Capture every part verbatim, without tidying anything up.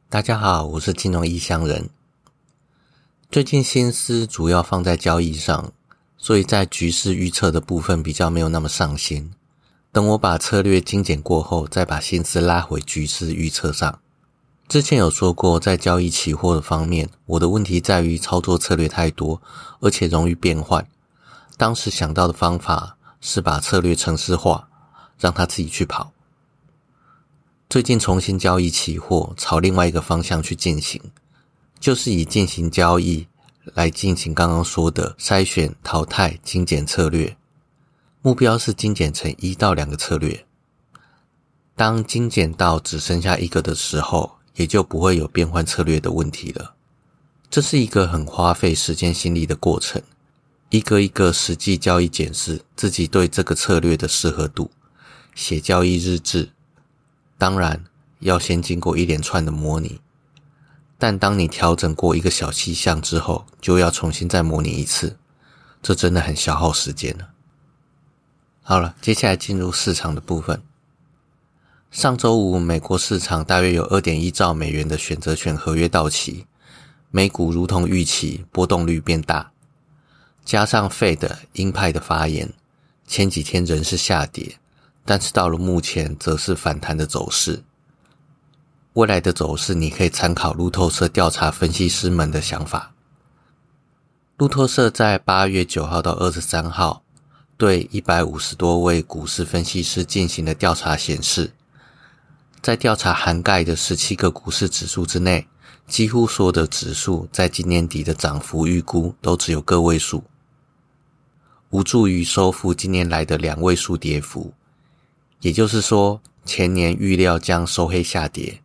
大家好，我是金融异乡人。最近心思主要放在交易上，所以在局势预测的部分比较没有那么上心。等我把策略精简过后，再把心思拉回局势预测上。之前有说过，在交易期货的方面，我的问题在于操作策略太多，而且容易变换。当时想到的方法是把策略程式化，让它自己去跑。最近重新交易期货，朝另外一个方向去进行，就是以进行交易来进行刚刚说的筛选、淘汰、精简策略。目标是精简成一到两个策略。当精简到只剩下一个的时候，也就不会有变换策略的问题了。这是一个很花费时间心力的过程，一个一个实际交易检视自己对这个策略的适合度，写交易日志。当然要先经过一连串的模拟，但当你调整过一个小细项之后，就要重新再模拟一次，这真的很消耗时间了。好了，接下来进入市场的部分。上周五美国市场大约有 二点一兆美元的选择权合约到期，美股如同预期波动率变大，加上 Fed 鹰派的发言，前几天仍是下跌，但是到了目前则是反弹的走势。未来的走势你可以参考路透社调查分析师们的想法。路透社在八月九号到二十三号对一百五十多位股市分析师进行的调查显示，在调查涵盖的十七个股市指数之内，几乎所有的指数在今年底的涨幅预估都只有个位数，无助于收复今年来的两位数跌幅。也就是说，前年预料将收黑下跌。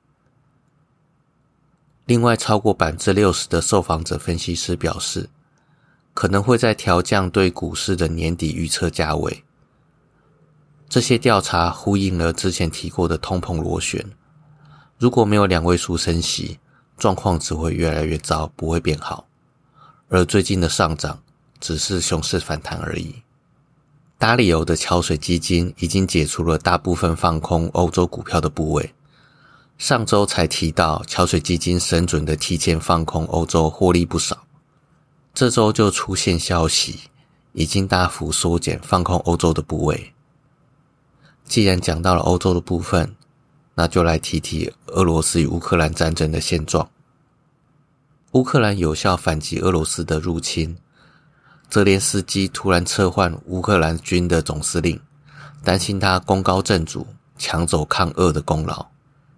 另外，超过 百分之六十 的受访者分析师表示，可能会在调降对股市的年底预测价位。这些调查呼应了之前提过的通膨螺旋，如果没有两位数升息，状况只会越来越糟，不会变好。而最近的上涨只是熊市反弹而已。达里欧的桥水基金已经解除了大部分放空欧洲股票的部位。上周才提到桥水基金神准的提前放空欧洲获利不少，这周就出现消息，已经大幅缩减放空欧洲的部位。既然讲到了欧洲的部分，那就来提提俄罗斯与乌克兰战争的现状。乌克兰有效反击俄罗斯的入侵，泽连斯基突然撤换乌克兰军的总司令，担心他功高震主，抢走抗俄的功劳。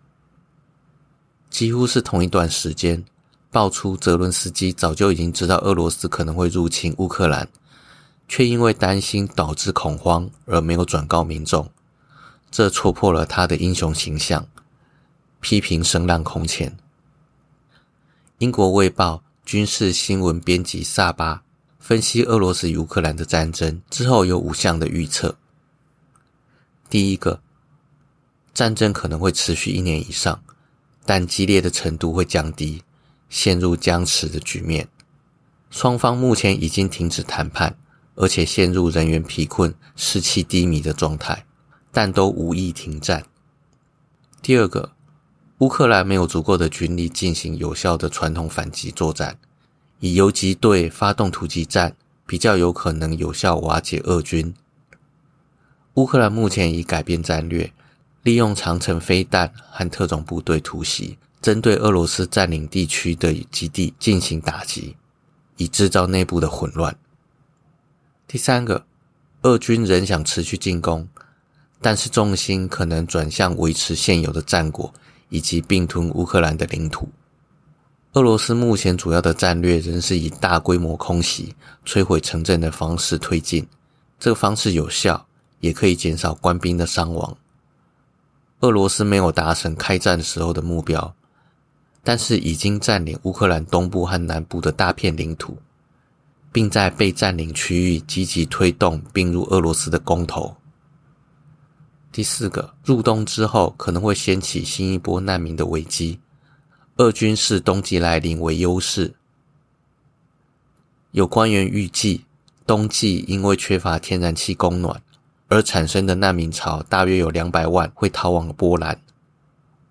几乎是同一段时间，爆出泽伦斯基早就已经知道俄罗斯可能会入侵乌克兰，却因为担心导致恐慌而没有转告民众，这戳破了他的英雄形象，批评声浪空前。英国卫报军事新闻编辑萨巴分析俄罗斯与乌克兰的战争之后有五项的预测。第一个，战争可能会持续一年以上，但激烈的程度会降低，陷入僵持的局面。双方目前已经停止谈判，而且陷入人员疲困、士气低迷的状态，但都无意停战。第二个，乌克兰没有足够的军力进行有效的传统反击作战，以游击队发动突击战比较有可能有效瓦解俄军。乌克兰目前已改变战略，利用长程飞弹和特种部队突袭，针对俄罗斯占领地区的基地进行打击，以制造内部的混乱。第三个，俄军仍想持续进攻，但是重心可能转向维持现有的战果，以及并吞乌克兰的领土。俄罗斯目前主要的战略仍是以大规模空袭、摧毁城镇的方式推进，这个方式有效，也可以减少官兵的伤亡。俄罗斯没有达成开战时候的目标，但是已经占领乌克兰东部和南部的大片领土，并在被占领区域积极推动并入俄罗斯的公投。第四个，入冬之后可能会掀起新一波难民的危机，俄军视冬季来临为优势。有官员预计，冬季因为缺乏天然气供暖，而产生的难民潮大约有两百万会逃往波兰。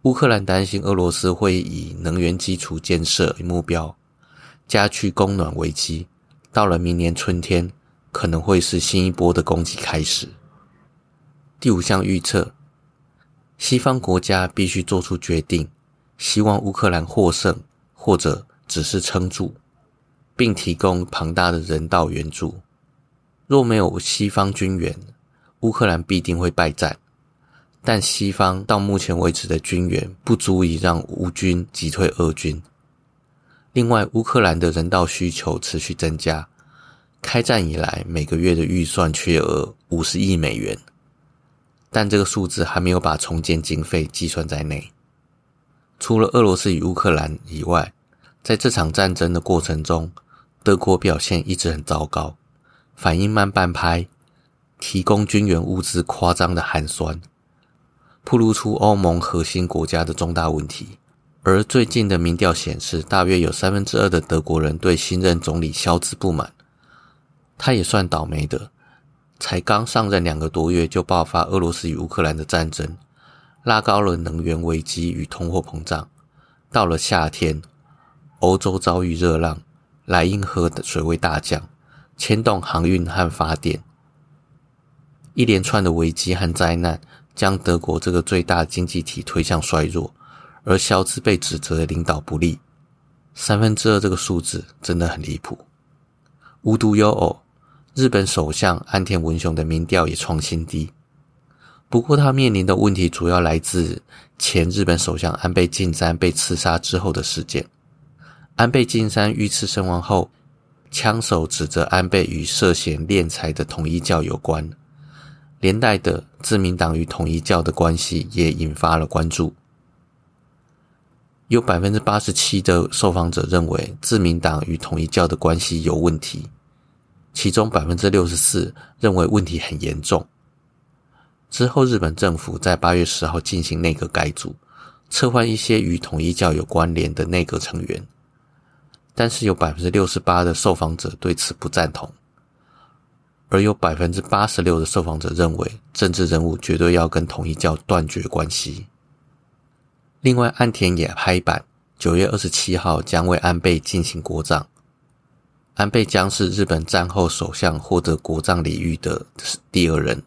乌克兰担心俄罗斯会以能源基础建设为目标，加剧供暖危机，到了明年春天，可能会是新一波的攻击开始。第五项预测，西方国家必须做出决定，希望乌克兰获胜，或者只是撑住，并提供庞大的人道援助。若没有西方军援，乌克兰必定会败战，但西方到目前为止的军援不足以让乌军击退俄军。另外，乌克兰的人道需求持续增加，开战以来每个月的预算缺额五十亿美元，但这个数字还没有把重建经费计算在内。除了俄罗斯与乌克兰以外，在这场战争的过程中，德国表现一直很糟糕，反应慢半拍，提供军援物资夸张的寒酸，暴露出欧盟核心国家的重大问题。而最近的民调显示，大约有三分之二的德国人对新任总理肖兹不满。他也算倒霉的，才刚上任两个多月就爆发俄罗斯与乌克兰的战争，拉高了能源危机与通货膨胀。到了夏天，欧洲遭遇热浪，莱茵河的水位大降，牵动航运和发电。一连串的危机和灾难将德国这个最大经济体推向衰弱，而肖兹被指责领导不力。三分之二这个数字真的很离谱。无独有偶，日本首相岸田文雄的民调也创新低。不过他面临的问题主要来自前日本首相安倍晋三被刺杀之后的事件。安倍晋三遇刺身亡后，枪手指责安倍与涉嫌敛财的统一教有关，连带的自民党与统一教的关系也引发了关注。有 百分之八十七 的受访者认为自民党与统一教的关系有问题，其中 百分之六十四 认为问题很严重。之后日本政府在八月十号进行内阁改组，撤换一些与统一教有关联的内阁成员，但是有 百分之六十八 的受访者对此不赞同，而有 百分之八十六 的受访者认为政治人物绝对要跟统一教断绝关系。另外，岸田也拍板，九月二十七号将为安倍进行国葬。安倍将是日本战后首相获得国葬礼遇的第二人。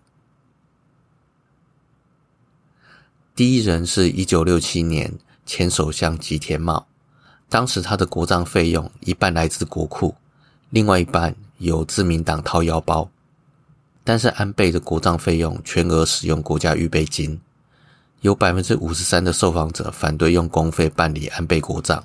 第一人是一九六七年前首相吉田茂，当时他的国葬费用一半来自国库，另外一半由自民党掏腰包。但是安倍的国葬费用全额使用国家预备金，有 百分之五十三 的受访者反对用公费办理安倍国葬。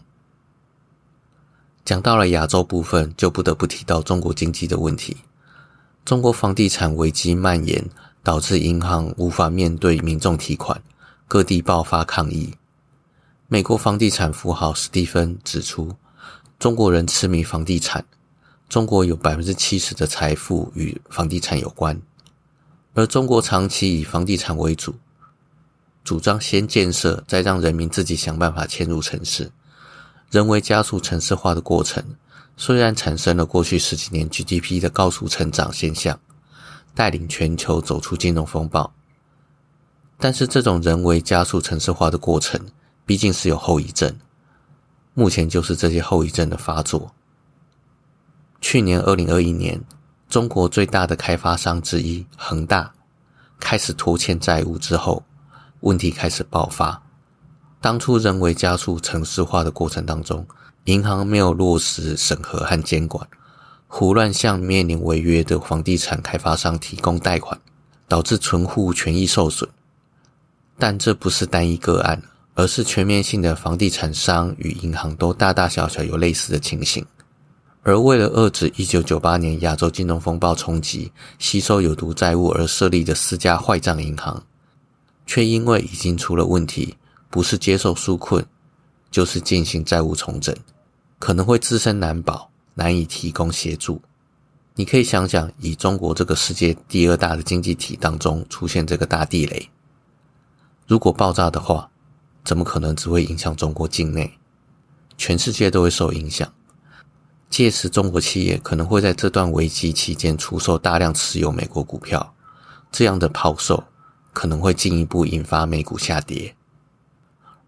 讲到了亚洲部分，就不得不提到中国经济的问题。中国房地产危机蔓延，导致银行无法面对民众提款，各地爆发抗议。美国房地产富豪史蒂芬指出，中国人痴迷房地产，中国有 百分之七十 的财富与房地产有关，而中国长期以房地产为主，主张先建设，再让人民自己想办法迁入城市，人为加速城市化的过程，虽然产生了过去十几年 G D P 的高速成长现象，带领全球走出金融风暴，但是这种人为加速城市化的过程毕竟是有后遗症，目前就是这些后遗症的发作。去年二零二一年，中国最大的开发商之一恒大开始拖欠债务之后，问题开始爆发。当初人为加速城市化的过程当中，银行没有落实审核和监管，胡乱向面临违约的房地产开发商提供贷款，导致存户权益受损。但这不是单一个案，而是全面性的房地产商与银行都大大小小有类似的情形。而为了遏制一九九八年亚洲金融风暴冲击吸收有毒债务而设立的四家坏账银行，却因为已经出了问题，不是接受纾困，就是进行债务重整，可能会自身难保，难以提供协助。你可以想想，以中国这个世界第二大的经济体当中出现这个大地雷，如果爆炸的话，怎么可能只会影响中国境内？全世界都会受影响。届时中国企业可能会在这段危机期间出售大量持有美国股票，这样的抛售可能会进一步引发美股下跌。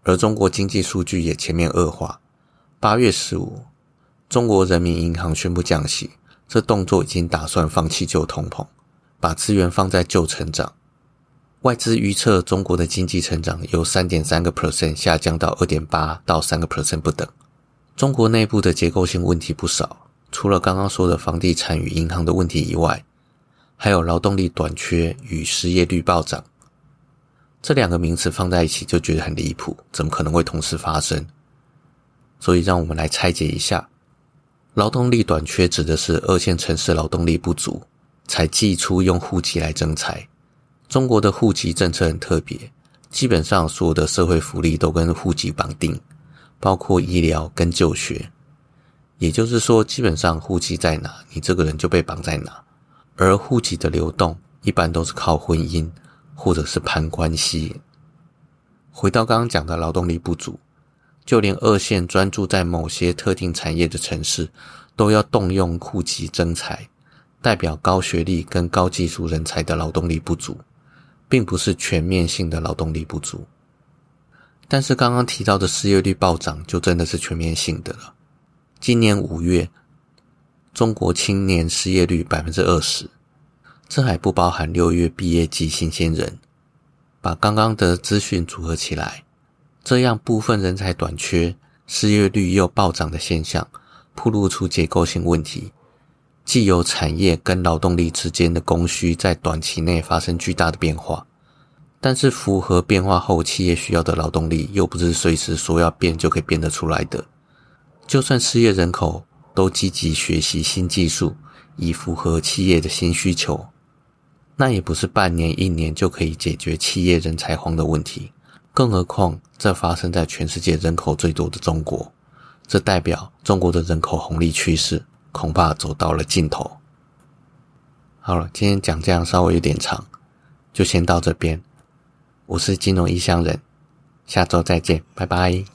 而中国经济数据也全面恶化。八月十五，中国人民银行宣布降息，这动作已经打算放弃救通膨，把资源放在救成长。外资预测中国的经济成长由 百分之三点三 下降到 二点八 到 百分之三 不等。中国内部的结构性问题不少，除了刚刚说的房地产与银行的问题以外，还有劳动力短缺与失业率暴涨。这两个名词放在一起就觉得很离谱，怎么可能会同时发生？所以让我们来拆解一下。劳动力短缺指的是二线城市劳动力不足，才祭出用户籍来征才。中国的户籍政策很特别，基本上所有的社会福利都跟户籍绑定，包括医疗跟就学。也就是说，基本上户籍在哪，你这个人就被绑在哪。而户籍的流动一般都是靠婚姻或者是攀关系。回到刚刚讲的劳动力不足，就连二线专注在某些特定产业的城市都要动用户籍征才，代表高学历跟高技术人才的劳动力不足，并不是全面性的劳动力不足。但是刚刚提到的失业率暴涨就真的是全面性的了。今年五月，中国青年失业率 百分之二十， 这还不包含六月毕业季新鲜人。把刚刚的资讯组合起来，这样部分人才短缺、失业率又暴涨的现象，暴露出结构性问题，既有产业跟劳动力之间的供需在短期内发生巨大的变化，但是符合变化后企业需要的劳动力又不是随时说要变就可以变得出来的。就算失业人口都积极学习新技术，以符合企业的新需求，那也不是半年一年就可以解决企业人才荒的问题。更何况这发生在全世界人口最多的中国，这代表中国的人口红利趋势恐怕走到了尽头。好了，今天讲这样稍微有点长，就先到这边。我是金融异乡人，下周再见，拜拜。